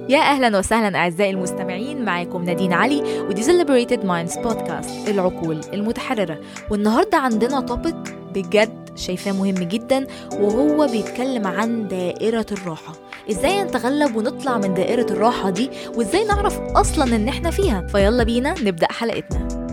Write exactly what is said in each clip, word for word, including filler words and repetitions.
يا أهلا وسهلا أعزائي المستمعين، معاكم نادين علي ودي Liberated Minds بودكاست العقول المتحررة. والنهاردة عندنا توبيك بجد شايفاه مهم جدا، وهو بيتكلم عن دائرة الراحة. إزاي نتغلب ونطلع من دائرة الراحة دي، وإزاي نعرف أصلا إن إحنا فيها. فيلا بينا نبدأ حلقتنا.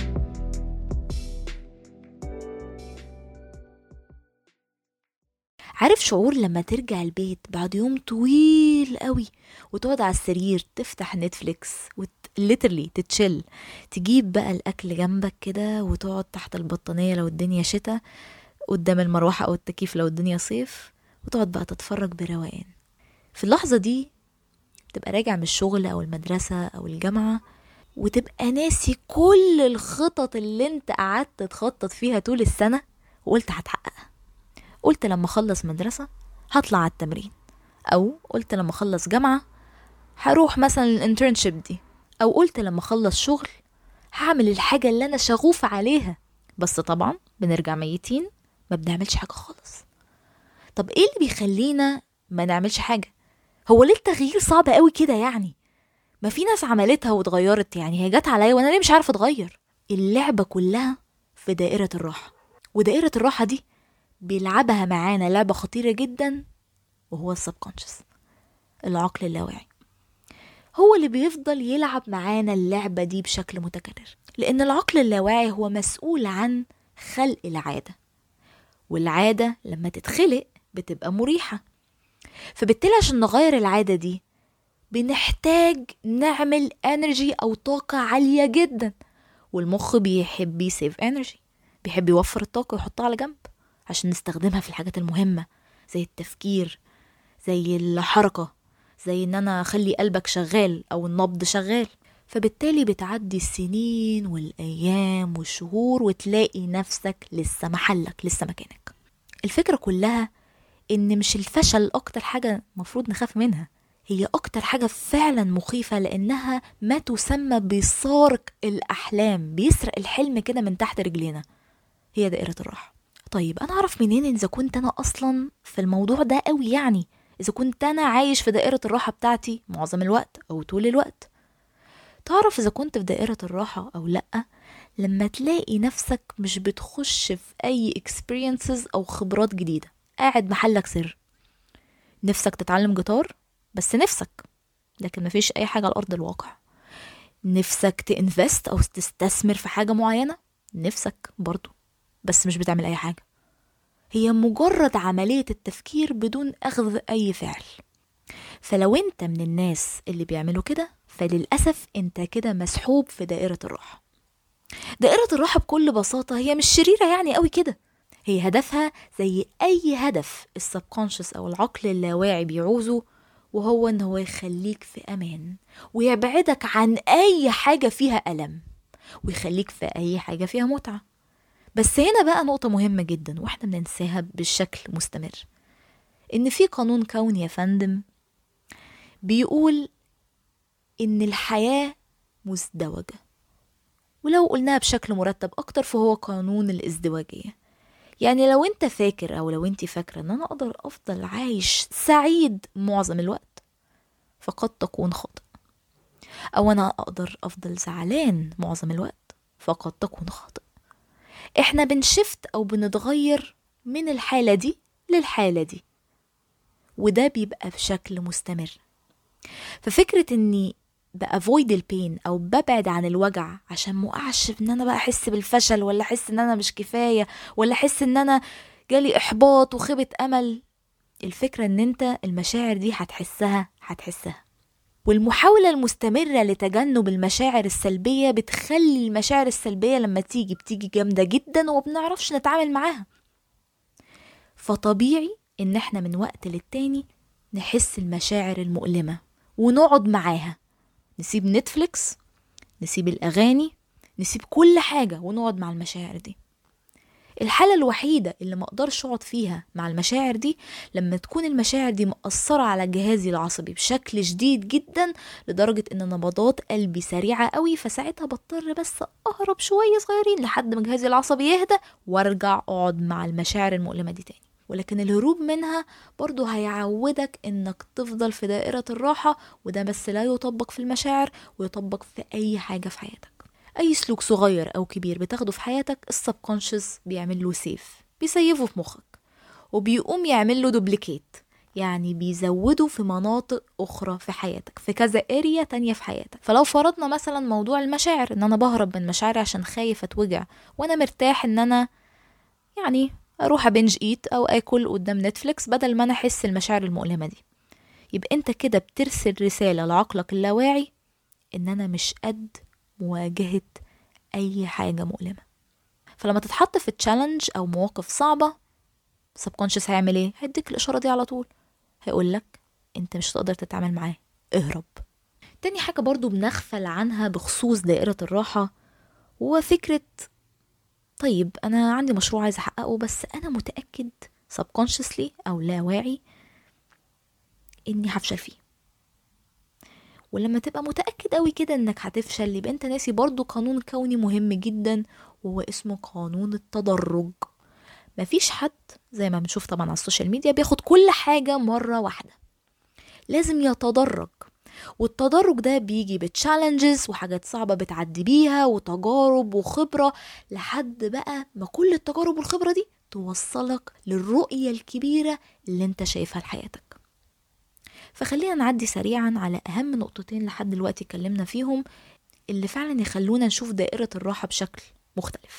عارف شعور لما ترجع البيت بعد يوم طويل قوي وتقعد على السرير تفتح نتفليكس وليترلي تتشل، تجيب بقى الأكل جنبك كده وتقعد تحت البطانية لو الدنيا شتاء، قدام المروحة أو التكييف لو الدنيا صيف، وتقعد بقى تتفرج بروقان. في اللحظة دي تبقى راجع من الشغل أو المدرسة أو الجامعة، وتبقى ناسي كل الخطط اللي انت قعدت تخطط فيها طول السنة وقلت هتحققها. قلت لما اخلص مدرسة هطلع على التمرين، او قلت لما اخلص جامعة هروح مثلا الانترنشيب دي، او قلت لما اخلص شغل هعمل الحاجة اللي انا شغوف عليها. بس طبعا بنرجع ميتين، ما بنعملش حاجة خالص. طب ايه اللي بيخلينا ما نعملش حاجة؟ هو ليه التغيير صعب قوي كده يعني؟ ما في ناس عملتها واتغيرت، يعني هي جت عليا وانا ليه مش عارفة اتغير؟ اللعبة كلها في دائرة الراحة، ودائرة الراحة دي بيلعبها معانا لعبة خطيرة جدا، وهو السبكونشس، العقل اللاواعي. هو اللي بيفضل يلعب معانا اللعبة دي بشكل متكرر، لأن العقل اللاواعي هو مسؤول عن خلق العادة، والعادة لما تتخلق بتبقى مريحة. فبالتالي عشان نغير العادة دي بنحتاج نعمل انرجي أو طاقة عالية جدا، والمخ بيحب يسيف انرجي، بيحب يوفر الطاقة ويحطها على جنب عشان نستخدمها في الحاجات المهمة، زي التفكير، زي الحركة، زي ان انا اخلي قلبك شغال او النبض شغال. فبالتالي بتعدي السنين والايام والشهور وتلاقي نفسك لسه محلك، لسه مكانك. الفكرة كلها ان مش الفشل اكتر حاجة مفروض نخاف منها، هي اكتر حاجة فعلا مخيفة، لانها ما تسمى بسارق الاحلام، بيسرق الحلم كده من تحت رجلينا، هي دائرة الراحة. طيب أنا أعرف منين إذا كنت أنا أصلا في الموضوع ده قوي؟ يعني إذا كنت أنا عايش في دائرة الراحة بتاعتي معظم الوقت أو طول الوقت. تعرف إذا كنت في دائرة الراحة أو لأ لما تلاقي نفسك مش بتخش في أي experiences أو خبرات جديدة، قاعد محلك سر. نفسك تتعلم جيتار، بس نفسك، لكن مفيش أي حاجة على أرض الواقع. نفسك تinvest أو تستثمر في حاجة معينة، نفسك برضو، بس مش بتعمل أي حاجة. هي مجرد عملية التفكير بدون أخذ أي فعل. فلو أنت من الناس اللي بيعملوا كده، فللأسف أنت كده مسحوب في دائرة الراحة. دائرة الراحة بكل بساطة هي مش شريرة يعني قوي كده، هي هدفها زي أي هدف السبكونشس أو العقل اللاواعي بيعوزه، وهو أنه هو يخليك في أمان ويبعدك عن أي حاجة فيها ألم، ويخليك في أي حاجة فيها متعة. بس هنا بقى نقطة مهمة جدا واحنا بننساها بشكل مستمر، ان في قانون كوني يا فندم بيقول ان الحياة مزدوجة، ولو قلناها بشكل مرتب اكتر فهو قانون الازدواجية. يعني لو انت فاكر او لو انت فاكرة ان انا اقدر افضل عايش سعيد معظم الوقت، فقد تكون خاطئ. او انا اقدر افضل زعلان معظم الوقت، فقد تكون خاطئ. احنا بنشفت او بنتغير من الحالة دي للحالة دي، وده بيبقى بشكل مستمر. ففكرة اني بأفويد البين او ببعد عن الوجع عشان مقعش ان انا بقى احس بالفشل، ولا احس ان انا مش كفاية، ولا احس ان انا جالي احباط وخيبة امل. الفكرة ان انت المشاعر دي هتحسها هتحسها والمحاولة المستمرة لتجنب المشاعر السلبية بتخلي المشاعر السلبية لما تيجي بتيجي جامدة جدا ومبنعرفش نتعامل معاها. فطبيعي ان احنا من وقت للتاني نحس المشاعر المؤلمة ونقعد معاها، نسيب نتفليكس، نسيب الأغاني، نسيب كل حاجة ونقعد مع المشاعر دي. الحالة الوحيدة اللي ما اقدرش اقعد فيها مع المشاعر دي لما تكون المشاعر دي مأثرة على جهازي العصبي بشكل شديد جدا، لدرجة ان نبضات قلبي سريعة قوي، فساعتها بضطر بس اهرب شوية صغيرين لحد ما جهازي العصبي يهدى وارجع اقعد مع المشاعر المؤلمة دي تاني. ولكن الهروب منها برضو هيعودك انك تفضل في دائرة الراحة، وده بس لا يطبق في المشاعر، ويطبق في اي حاجة في حياتك. اي سلوك صغير او كبير بتاخده في حياتك السبكونشس بيعمل له سيف، بيسيفه في مخك، وبيقوم يعمل له دوبليكيت، يعني بيزوده في مناطق اخرى في حياتك، في كذا اريا تانية في حياتك. فلو فرضنا مثلا موضوع المشاعر، ان انا بهرب من مشاعري عشان خايف اتوجع، وانا مرتاح ان انا يعني اروح ابنج ايت او اكل قدام نتفليكس بدل ما انا احس المشاعر المؤلمة دي، يبقى انت كده بترسل رسالة لعقلك اللاواعي ان انا مش قد مواجهة اي حاجة مؤلمة. فلما تتحط في تشالنج او مواقف صعبة، سبكونشس هيعمل ايه؟ هيديك الاشارة دي على طول، هيقولك انت مش هتقدر تتعامل معاه، اهرب. تاني حاجة برضو بنغفل عنها بخصوص دائرة الراحة هو فكرة طيب انا عندي مشروع عايز احققه، بس انا متأكد subconsciously او لا واعي اني هفشل فيه. ولما تبقى متأكد قوي كده انك هتفشل، يبقى انت ناسي برضو قانون كوني مهم جدا، وهو اسمه قانون التدرج. مفيش حد زي ما بنشوف طبعا على السوشيال ميديا بياخد كل حاجة مرة واحدة، لازم يتدرج. والتدرج ده بيجي بتشالنجز وحاجات صعبة بتعدي بيها وتجارب وخبرة، لحد بقى ما كل التجارب والخبرة دي توصلك للرؤية الكبيرة اللي انت شايفها لحياتك. فخلينا نعدي سريعا على أهم نقطتين لحد دلوقتي اتكلمنا فيهم، اللي فعلا يخلونا نشوف دائرة الراحة بشكل مختلف.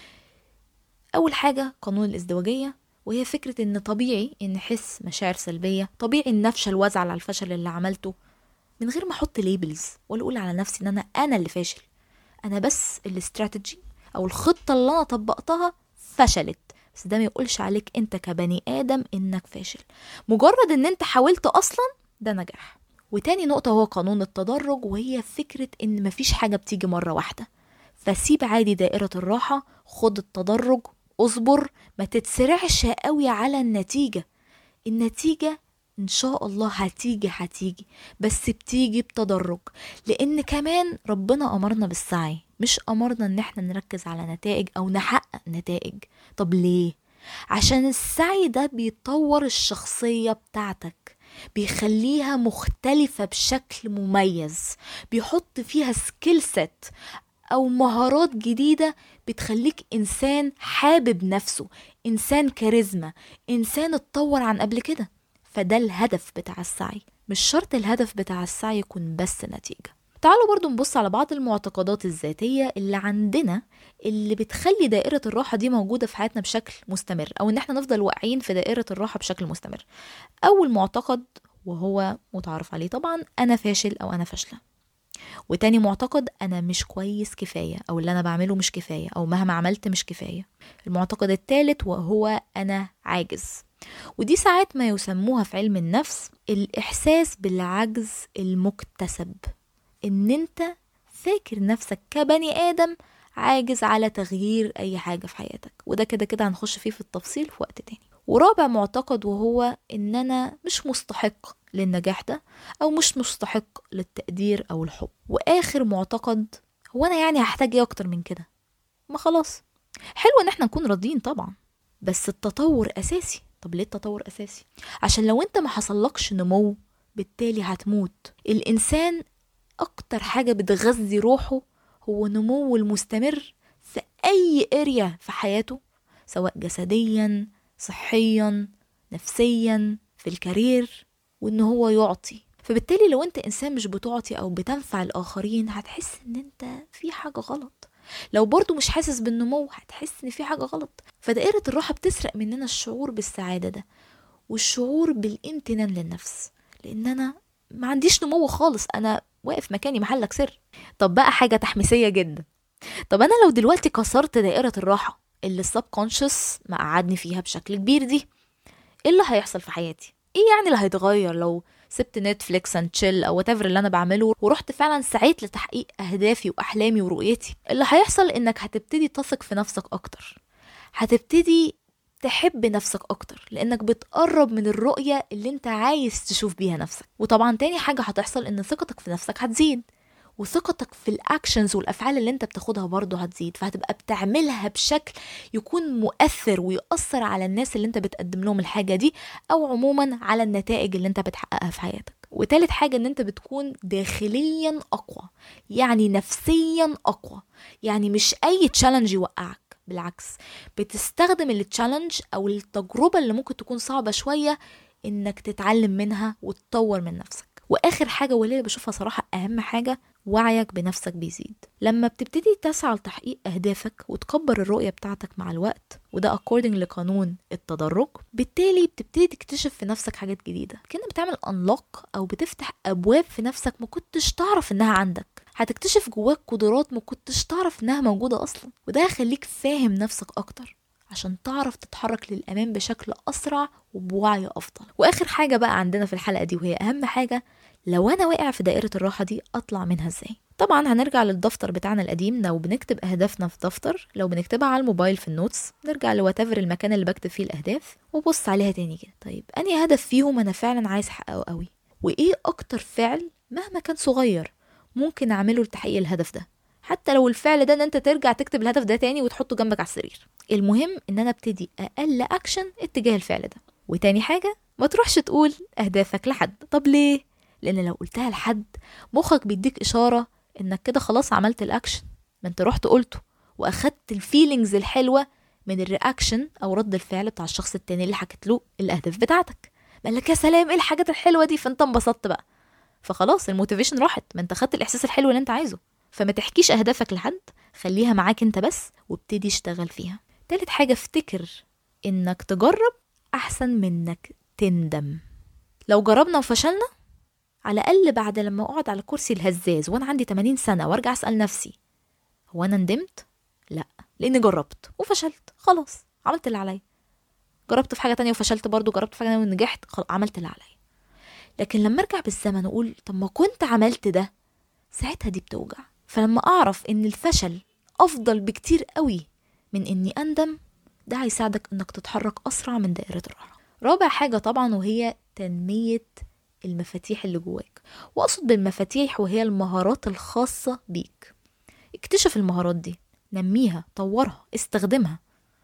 أول حاجة قانون الازدواجية، وهي فكرة ان طبيعي ان احس مشاعر سلبية، طبيعي ان افشل وازعل على الفشل اللي عملته من غير ما احط ليبلز ولا اقول على نفسي ان انا انا اللي فاشل. انا بس الاستراتيجي او الخطة اللي انا طبقتها فشلت، بس ده ما يقولش عليك انت كبني ادم انك فاشل، مجرد ان انت حاولت اصلا ده نجاح. وتاني نقطة هو قانون التدرج، وهي فكرة ان مفيش حاجة بتيجي مرة واحدة، فسيب عادي دائرة الراحة، خد التدرج، اصبر، ما تتسرعش قوي على النتيجة. النتيجة ان شاء الله هتيجي هتيجي، بس بتيجي بتدرج، لان كمان ربنا امرنا بالسعي، مش امرنا ان احنا نركز على نتائج او نحقق نتائج. طب ليه؟ عشان السعي ده بيطور الشخصية بتاعتك، بيخليها مختلفة بشكل مميز، بيحط فيها سكيل سيت او مهارات جديدة بتخليك انسان حابب نفسه، انسان كاريزما، انسان اتطور عن قبل كده. فده الهدف بتاع السعي، مش شرط الهدف بتاع السعي يكون بس نتيجة. تعالوا برضو نبص على بعض المعتقدات الذاتية اللي عندنا، اللي بتخلي دائرة الراحة دي موجودة في حياتنا بشكل مستمر، او ان احنا نفضل واقعين في دائرة الراحة بشكل مستمر. اول معتقد وهو متعارف عليه طبعا، انا فاشل او انا فاشلة. وتاني معتقد، انا مش كويس كفاية، او اللي انا بعمله مش كفاية، او مهما عملت مش كفاية. المعتقد الثالث وهو انا عاجز، ودي ساعات ما يسموها في علم النفس الاحساس بالعجز المكتسب، ان انت فاكر نفسك كبني ادم عاجز على تغيير اي حاجة في حياتك، وده كده كده هنخش فيه في التفصيل في وقت تاني. ورابع معتقد وهو ان انا مش مستحق للنجاح ده، او مش مستحق للتقدير او الحب. واخر معتقد هو انا يعني هحتاج ايه اكتر من كده؟ ما خلاص، حلو ان احنا نكون راضيين طبعا، بس التطور اساسي. طب ليه التطور اساسي؟ عشان لو انت ما حصلكش نمو بالتالي هتموت. الانسان اكتر حاجة بتغذي روحه هو نمو المستمر في اي اريا في حياته، سواء جسديا، صحيا، نفسيا، في الكارير، وان هو يعطي. فبالتالي لو انت انسان مش بتعطي او بتنفع الاخرين، هتحس ان انت في حاجة غلط. لو برضو مش حاسس بالنمو، هتحس ان في حاجة غلط. فدائرة الراحة بتسرق مننا الشعور بالسعادة ده، والشعور بالامتنان للنفس، لان انا ما عنديش نمو خالص، انا واقف مكاني محلك سر. طب بقى حاجة تحميسية جدا، طب انا لو دلوقتي كسرت دائرة الراحة اللي السبكونشس مقعدني فيها بشكل كبير دي، ايه اللي هيحصل في حياتي؟ ايه يعني اللي هيتغير لو سبت نتفليكس اند تشيل او whatever اللي انا بعمله، ورحت فعلا سعيت لتحقيق اهدافي واحلامي ورؤيتي؟ اللي هيحصل انك هتبتدي تثق في نفسك اكتر، هتبتدي تحب نفسك اكتر، لانك بتقرب من الرؤية اللي انت عايز تشوف بيها نفسك. وطبعا تاني حاجة هتحصل ان ثقتك في نفسك هتزيد، وثقتك في الاكشنز والافعال اللي انت بتاخدها برضو هتزيد، فهتبقى بتعملها بشكل يكون مؤثر ويؤثر على الناس اللي انت بتقدم لهم الحاجة دي، او عموما على النتائج اللي انت بتحققها في حياتك. وتالت حاجة ان انت بتكون داخليا اقوى، يعني نفسيا اقوى، يعني مش اي تشالنج يوقعك، بالعكس بتستخدم التشالنج او التجربة اللي ممكن تكون صعبة شوية انك تتعلم منها وتطور من نفسك. واخر حاجة واللي بشوفها صراحة اهم حاجة، وعيك بنفسك بيزيد. لما بتبتدي تسعى لتحقيق اهدافك وتكبر الرؤية بتاعتك مع الوقت، وده according لقانون التدرج، بالتالي بتبتدي تكتشف في نفسك حاجات جديدة، كأنك بتعمل unlock او بتفتح ابواب في نفسك ما كنتش تعرف انها عندك. هتكتشف جواك قدرات ما كنتش تعرف انها موجودة اصلا، وده هيخليك فاهم نفسك اكتر عشان تعرف تتحرك للأمام بشكل أسرع وبوعي أفضل. وآخر حاجة بقى عندنا في الحلقة دي، وهي أهم حاجة، لو أنا واقع في دائرة الراحة دي أطلع منها إزاي؟ طبعا هنرجع للدفتر بتاعنا القديم، لو بنكتب أهدافنا في دفتر، لو بنكتبها على الموبايل في النوتس، نرجع لواتيفر المكان اللي بكتب فيه الأهداف وبص عليها تاني كده. طيب أنهي هدف فيهم أنا فعلا عايز أحققه قوي؟ وإيه أكتر فعل مهما كان صغير ممكن أعمله لتحقيق الهدف ده؟ حتى لو الفعل ده ان انت ترجع تكتب الهدف ده تاني وتحطه جنبك على السرير. المهم ان انا ابتدي اقل اكشن اتجاه الفعل ده. وتاني حاجة، ما تروحش تقول اهدافك لحد. طب ليه؟ لان لو قلتها لحد مخك بيديك اشارة انك كده خلاص عملت الاكشن، ما انت رحت قلته واخدت الفيلينجز الحلوة من الرياكشن او رد الفعل بتاع الشخص التاني اللي حكت له الاهداف بتاعتك. قال لك يا سلام ايه الحاجات الحلوة دي، فانت انبسطت بقى، فخلاص الموتيفيشن راحت، ما انت خدت الاحساس الحلو اللي انت عايزه. فما تحكيش اهدافك لحد، خليها معاك انت بس وابتدي اشتغل فيها. تالت حاجة، افتكر انك تجرب احسن من انك تندم. لو جربنا وفشلنا، على الاقل بعد لما اقعد على كرسي الهزاز وانا عندي ثمانين سنة وارجع اسأل نفسي هو انا ندمت؟ لا، لاني جربت وفشلت، خلاص عملت اللي عليا. جربت في حاجة تانية وفشلت برضو، جربت في حاجة تانية ونجحت، عملت اللي عليا. لكن لما ارجع بالزمن اقول طب ما كنت عملت ده، ساعتها دي بتوجع. فلما اعرف ان الفشل افضل بكتير قوي من اني اندم، ده هيساعدك انك تتحرك اسرع من دائرة الراحة. رابع حاجة طبعا وهي تنمية المفاتيح اللي جواك، واقصد بالمفاتيح وهي المهارات الخاصة بيك. اكتشف المهارات دي، نميها، طورها، استخدمها.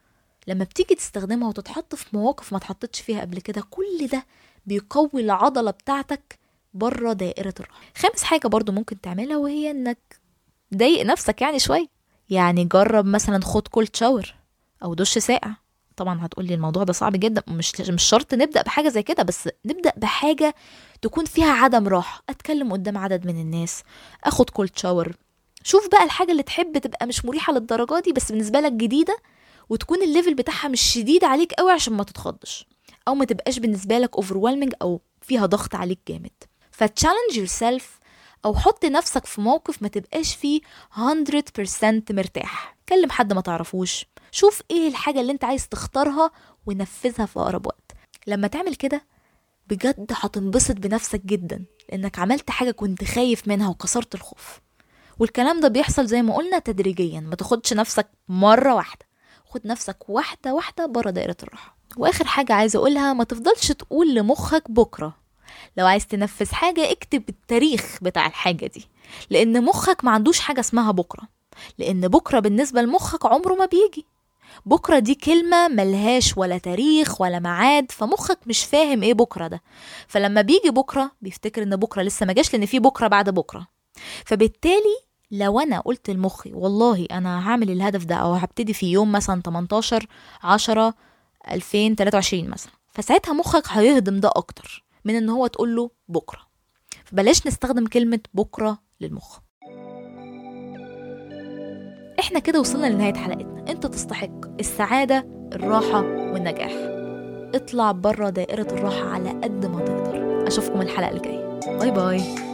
لما بتيجي تستخدمها وتتحط في مواقف ما تحطتش فيها قبل كده، كل ده بيقوي العضلة بتاعتك بره دائرة الراحة. خامس حاجة برضو ممكن تعملها وهي انك ضايق نفسك يعني شوي. يعني جرب مثلا خد كولد شاور او دش ساقع. طبعا هتقولي الموضوع ده صعب جدا، مش مش شرط نبدأ بحاجة زي كده، بس نبدأ بحاجة تكون فيها عدم راحة. اتكلم قدام عدد من الناس، اخد كولد شاور. شوف بقى الحاجة اللي تحب تبقى مش مريحة للدرجة دي بس بالنسبة لك جديدة، وتكون الليفل بتاعها مش شديد عليك قوي عشان ما تتخضش، او ما تبقاش بالنسبة لك overwhelming او فيها ضغط عليك جامد. فتشالنج yourself او حط نفسك في موقف ما تبقاش فيه مية بالمية مرتاح. كلم حد ما تعرفوش، شوف ايه الحاجة اللي انت عايز تختارها ونفذها في اقرب وقت. لما تعمل كده بجد هتنبسط بنفسك جدا، لانك عملت حاجة كنت خايف منها وكسرت الخوف. والكلام ده بيحصل زي ما قلنا تدريجيا، ما تاخدش نفسك مرة واحدة، خد نفسك واحدة واحدة برا دائرة الراحة. واخر حاجة عايزة اقولها، ما تفضلش تقول لمخك بكرة. لو عايز تنفذ حاجة اكتب التاريخ بتاع الحاجة دي، لان مخك ما عندوش حاجة اسمها بكرة، لان بكرة بالنسبة لمخك عمره ما بيجي. بكرة دي كلمة ملهاش ولا تاريخ ولا معاد، فمخك مش فاهم ايه بكرة ده. فلما بيجي بكرة بيفتكر ان بكرة لسه ما جاش، لان في بكرة بعد بكرة. فبالتالي لو انا قلت لمخي والله انا هعمل الهدف ده او هبتدي في يوم مثلا تمنتاشر عشرة ألفين وتلاتة وعشرين مثلا، فساعتها مخك هيهضم ده اكتر من ان هو تقول له بكرة. فبلاش نستخدم كلمة بكرة للمخ. احنا كده وصلنا لنهاية حلقتنا. انت تستحق السعادة، الراحة والنجاح. اطلع برا دائرة الراحة على قد ما تقدر. اشوفكم الحلقة الجاية. باي باي.